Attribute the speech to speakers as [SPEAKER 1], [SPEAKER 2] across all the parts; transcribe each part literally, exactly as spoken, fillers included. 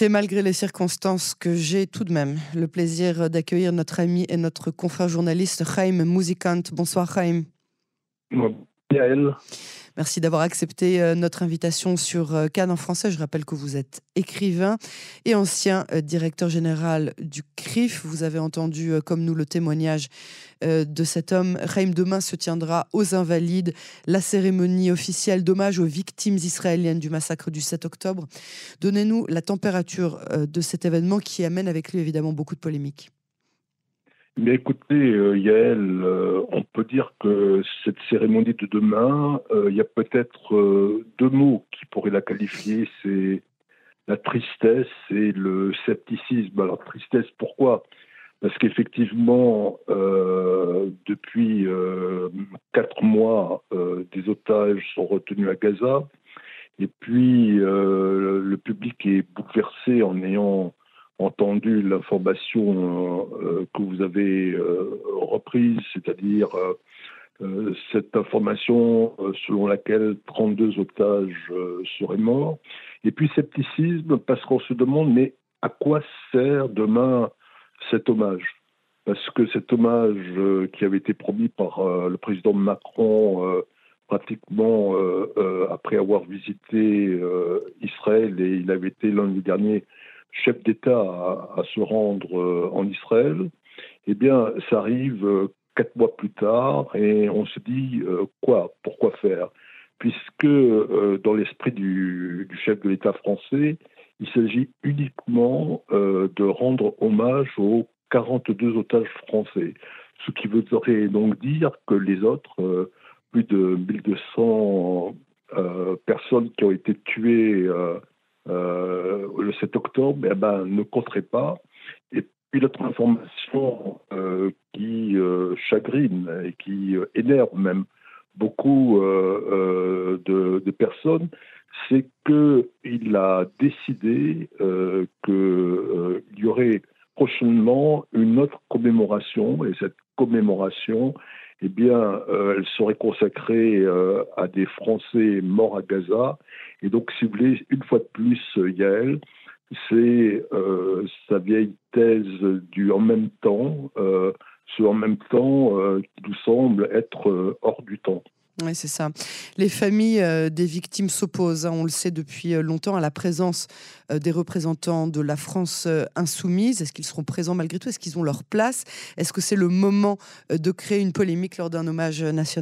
[SPEAKER 1] C'est malgré les circonstances que j'ai tout de même le plaisir d'accueillir notre ami et notre confrère journaliste Chaim Muzikant. Bonsoir Chaim.
[SPEAKER 2] Yael.
[SPEAKER 1] Merci d'avoir accepté notre invitation sur Cannes en français. Je rappelle que vous êtes écrivain et ancien directeur général du C R I F. Vous avez entendu, comme nous, le témoignage de cet homme. Chaim, demain se tiendra aux Invalides la cérémonie officielle d'hommage aux victimes israéliennes du massacre du sept octobre. Donnez-nous la température de cet événement qui amène avec lui évidemment beaucoup de polémiques.
[SPEAKER 2] Mais écoutez, euh, Yael, euh, on peut dire que cette cérémonie de demain, il euh, y a peut-être euh, deux mots qui pourraient la qualifier, c'est la tristesse et le scepticisme. Alors tristesse, pourquoi ? Parce qu'effectivement, euh, depuis euh, quatre mois, euh, des otages sont retenus à Gaza, et puis euh, le public est bouleversé en ayant entendu l'information euh, que vous avez euh, reprise, c'est-à-dire euh, euh, cette information euh, selon laquelle trente-deux otages euh, seraient morts. Et puis scepticisme, parce qu'on se demande, mais à quoi sert demain cet hommage ? Parce que cet hommage euh, qui avait été promis par euh, le président Macron euh, pratiquement euh, euh, après avoir visité euh, Israël, et il avait été l'un des derniers chef d'État à, à se rendre euh, en Israël, eh bien, ça arrive euh, quatre mois plus tard et on se dit euh, quoi, pourquoi faire ? Puisque euh, dans l'esprit du, du chef de l'État français, il s'agit uniquement euh, de rendre hommage aux quarante-deux otages français, ce qui voudrait donc dire que les autres, euh, plus de mille deux cents euh, personnes qui ont été tuées euh, Euh, le sept octobre, eh ben, ne compterait pas. Et puis l'autre information euh, qui euh, chagrine et qui euh, énerve même beaucoup euh, euh, de, de personnes, c'est qu'il a décidé euh, qu'il euh, y aurait prochainement une autre commémoration, et cette commémoration, eh bien, euh, elle serait consacrée euh, à des Français morts à Gaza. Et donc, si vous voulez, une fois de plus, Yael, c'est euh, sa vieille thèse du en même temps, euh, ce en même temps euh, qui nous semble être euh, hors du temps.
[SPEAKER 1] Oui, c'est ça. Les familles euh, des victimes s'opposent, hein, on le sait depuis longtemps, à la présence euh, des représentants de la France euh, insoumise. Est-ce qu'ils seront présents malgré tout ? Est-ce qu'ils ont leur place ? Est-ce que c'est le moment euh, de créer une polémique lors d'un hommage national ?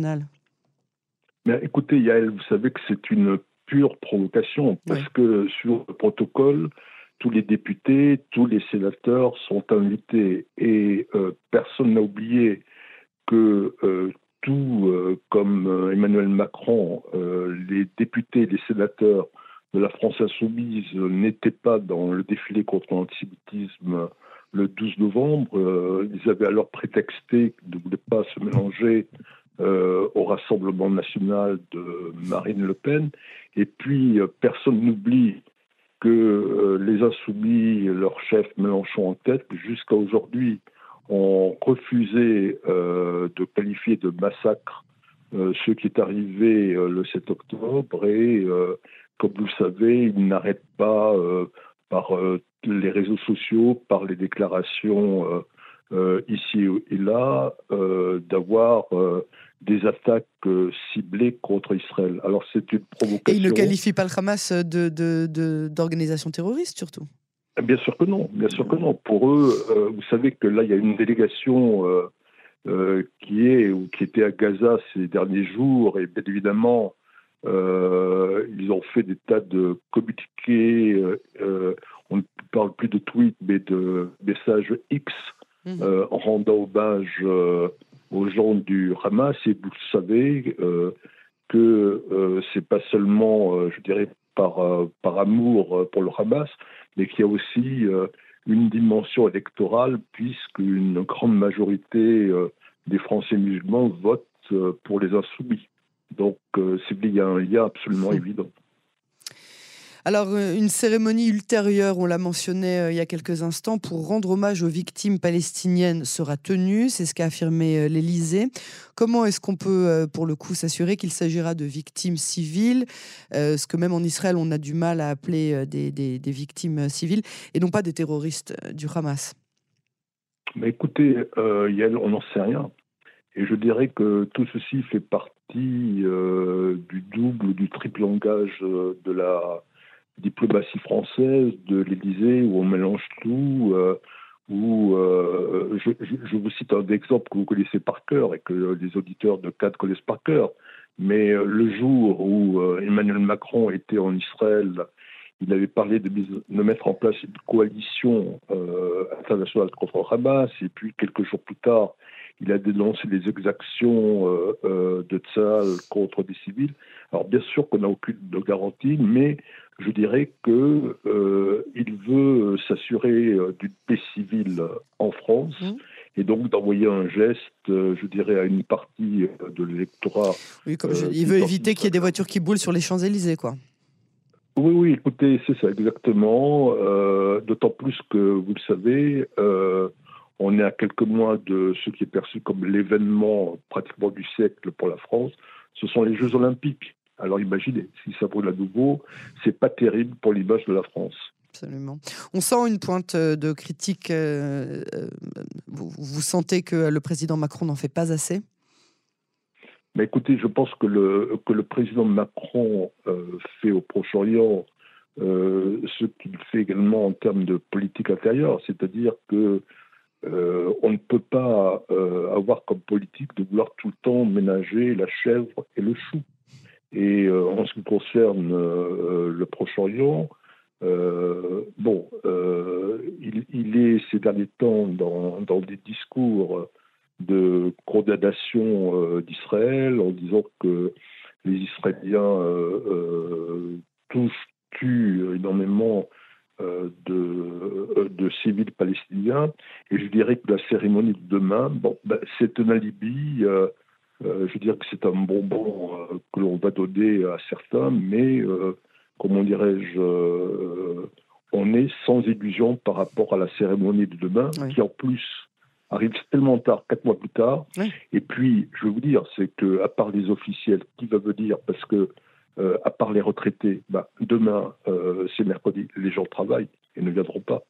[SPEAKER 2] Mais écoutez, Yael, vous savez que c'est une pure provocation, parce oui. que sur le protocole, tous les députés, tous les sénateurs sont invités, et euh, personne n'a oublié que euh, tout euh, comme euh, Emmanuel Macron, euh, les députés et les sénateurs de la France insoumise euh, n'étaient pas dans le défilé contre l'antisémitisme le douze novembre. Euh, ils avaient alors prétexté qu'ils ne voulaient pas se mélanger euh, au Rassemblement national de Marine Le Pen. Et puis, euh, personne n'oublie que euh, les insoumis, leur chef Mélenchon en tête, jusqu'à aujourd'hui, ont refusé euh, de qualifier de massacre euh, ce qui est arrivé euh, le sept octobre, et euh, comme vous le savez, ils n'arrêtent pas euh, par euh, les réseaux sociaux, par les déclarations euh, euh, ici et là, euh, d'avoir euh, des attaques euh, ciblées contre Israël. Alors c'est une provocation.
[SPEAKER 1] Et ils ne qualifient pas le Hamas de, de, de, d'organisation terroriste, surtout ?
[SPEAKER 2] Bien sûr que non, bien sûr que non. Pour eux, euh, vous savez que là, il y a une délégation euh, euh, qui est ou qui était à Gaza ces derniers jours, et bien évidemment, euh, ils ont fait des tas de communiqués. Euh, euh, on ne parle plus de tweets, mais de messages X euh, en rendant hommage euh, aux gens du Hamas. Et vous savez euh, que euh, c'est pas seulement, euh, je dirais, par, euh, par amour pour le Hamas, mais qu'il y a aussi euh, une dimension électorale, puisqu'une grande majorité euh, des Français musulmans votent euh, pour les insoumis. Donc, euh, c'est, il y a un lien absolument évident.
[SPEAKER 1] Alors, euh, une cérémonie ultérieure, on l'a mentionné euh, il y a quelques instants, pour rendre hommage aux victimes palestiniennes sera tenue, c'est ce qu'a affirmé euh, l'Élysée. Comment est-ce qu'on peut, euh, pour le coup, s'assurer qu'il s'agira de victimes civiles, euh, ce que même en Israël, on a du mal à appeler euh, des, des- des victimes euh, civiles, et non pas des terroristes euh, du Hamas?
[SPEAKER 2] Mais écoutez, euh, Yael, on n'en sait rien. Et je dirais que tout ceci fait partie euh, du double ou du triple langage euh, de la diplomatie française, de l'Élysée, où on mélange tout, euh, où euh, je, je- je vous cite un exemple que vous connaissez par cœur et que les auditeurs de C A D connaissent par cœur. Mais euh, le jour où euh, Emmanuel Macron était en Israël, il avait parlé de, mise- de mettre en place une coalition euh, internationale contre le Hamas, et puis quelques jours plus tard, il a dénoncé les exactions euh, euh, de Tsahal contre des civils. Alors bien sûr qu'on n'a aucune de garantie, mais je dirais que euh, il veut s'assurer euh, d'une paix civile en France
[SPEAKER 1] Hmm.
[SPEAKER 2] et donc d'envoyer un geste, euh, je dirais, à une partie euh, de l'électorat
[SPEAKER 1] Oui, comme je
[SPEAKER 2] euh,
[SPEAKER 1] dis, il
[SPEAKER 2] qui
[SPEAKER 1] veut
[SPEAKER 2] est
[SPEAKER 1] éviter qu'il y ait des
[SPEAKER 2] anti-israélien.
[SPEAKER 1] voitures qui boulent sur les Champs-Élysées, quoi.
[SPEAKER 2] Oui, oui, écoutez, c'est ça exactement. Euh, d'autant plus que, vous le savez, euh, on est à quelques mois de ce qui est perçu comme l'événement pratiquement du siècle pour la France. Ce sont les Jeux Olympiques. Alors imaginez, si ça brûle à nouveau, c'est pas terrible pour l'image de la France.
[SPEAKER 1] Absolument. On sent une pointe euh, de critique. euh, euh, vous, vous sentez que le président Macron n'en fait pas assez?
[SPEAKER 2] Mais écoutez, je pense que le, que le président Macron euh, fait au Proche-Orient euh, ce qu'il fait également en termes de politique intérieure, c'est-à-dire que euh, on ne peut pas euh, avoir comme politique de vouloir tout le temps ménager la chèvre et le chou. Et euh, en ce qui concerne euh, le Proche-Orient, euh, bon, euh, il, il est ces derniers temps dans, dans des discours de condamnation euh, d'Israël en disant que les Israéliens euh, euh, touchent, tuent énormément euh, de, euh, de civils palestiniens. Et je dirais que la cérémonie de demain, bon, ben, c'est un alibi. Euh, euh, je dirais que c'est un bonbon euh, que l'on va donner à certains, mais euh, comment dirais-je, euh, on est sans illusion par rapport à la cérémonie de demain,
[SPEAKER 1] Oui.
[SPEAKER 2] qui en plus arrive tellement tard, quatre mois plus tard.
[SPEAKER 1] Oui.
[SPEAKER 2] Et puis, je veux vous dire, c'est que à part les officiels, qui va venir, parce que euh, à part les retraités, bah, demain, euh, c'est mercredi, les gens travaillent et ne viendront pas.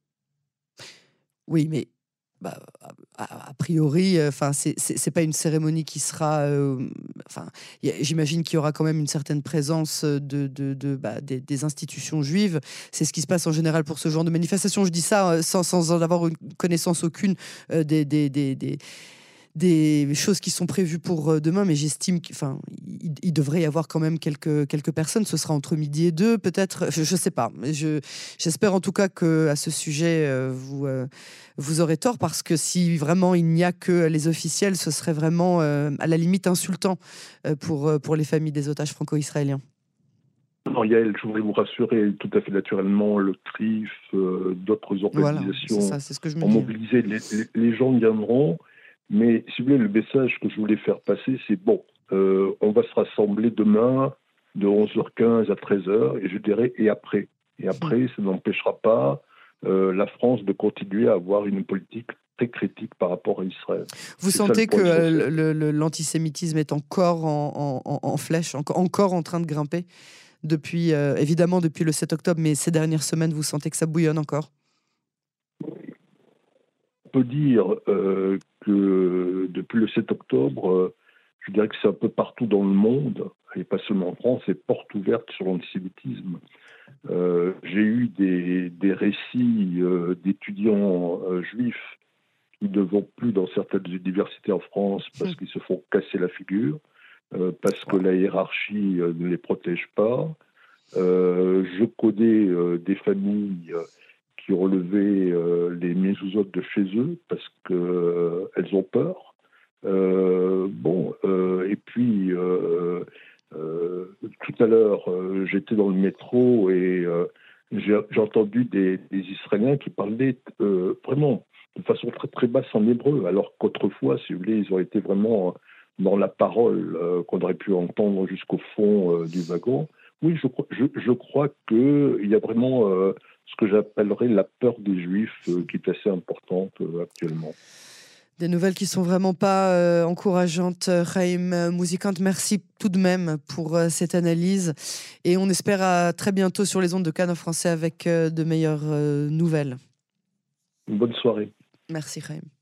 [SPEAKER 1] Oui, mais bah, a, a priori, enfin, c'est c'est c'est pas une cérémonie qui sera. euh, Enfin, y a- j'imagine qu'il y aura quand même une certaine présence de, de, de, bah, des, des institutions juives. C'est ce qui se passe en général pour ce genre de manifestation. Je dis ça euh, sans, sans en avoir une connaissance aucune euh, des, des, des, des, des choses qui sont prévues pour euh, demain, mais j'estime qu'il enfin, il, il devrait y avoir quand même quelques, quelques personnes. Ce sera entre midi et deux, peut-être. Je ne sais pas. Mais je, j'espère en tout cas que à ce sujet, euh, vous, euh, vous aurez tort, parce que si vraiment il n'y a que les officiels, ce serait vraiment euh, à la limite insultant euh, pour, euh, pour les familles des otages franco-israéliens.
[SPEAKER 2] Non, Yael, je voudrais vous rassurer, tout à fait naturellement, le C R I F, euh, d'autres
[SPEAKER 1] Voilà, c'est
[SPEAKER 2] organisations
[SPEAKER 1] ça, c'est ce que je me
[SPEAKER 2] ont
[SPEAKER 1] dis.
[SPEAKER 2] mobilisé, les, les- les gens viendront, mais si vous voulez, le message que je voulais faire passer, c'est bon, euh, on va se rassembler demain de onze heures quinze à treize heures, et je dirais, et après. Et après, ça n'empêchera pas euh, la France de continuer à avoir une politique très critique par rapport à Israël.
[SPEAKER 1] Vous
[SPEAKER 2] C'est ça le
[SPEAKER 1] sentez que
[SPEAKER 2] point
[SPEAKER 1] euh,
[SPEAKER 2] essentiel.
[SPEAKER 1] le- le- l'antisémitisme est encore en, en- en- en flèche, encore encore en train de grimper depuis, euh, évidemment depuis le sept octobre, mais ces dernières semaines, vous sentez que ça bouillonne encore?
[SPEAKER 2] On peut dire euh, que depuis le sept octobre, euh, je dirais que c'est un peu partout dans le monde, et pas seulement en France, c'est porte ouverte sur l'antisémitisme. Euh, j'ai eu des, des récits euh, d'étudiants euh, juifs qui ne vont plus dans certaines universités en France parce qu'ils se font casser la figure, euh, parce que
[SPEAKER 1] Wow.
[SPEAKER 2] la hiérarchie euh, ne les protège pas. Euh, je connais euh, des familles euh, qui ont levé euh, les mésouzotes de chez eux parce qu'elles ont peur. Euh, bon, euh, et puis euh, euh, tout à l'heure, euh, j'étais dans le métro et euh, j'ai j'ai entendu des, des Israéliens qui parlaient euh, vraiment de façon très très basse en hébreu, alors qu'autrefois, si vous voulez, ils ont été vraiment dans la parole euh, qu'on aurait pu entendre jusqu'au fond euh, du wagon. Oui, je, crois- je, je crois qu'il y a vraiment euh, ce que j'appellerais la peur des Juifs euh, qui est assez importante euh, actuellement.
[SPEAKER 1] Des nouvelles qui sont vraiment pas euh, encourageantes. Chaim Mouzikant, merci tout de même pour euh, cette analyse. Et on espère à très bientôt sur les ondes de Cannes en français avec euh, de meilleures euh, nouvelles.
[SPEAKER 2] Une bonne soirée.
[SPEAKER 1] Merci Chaim.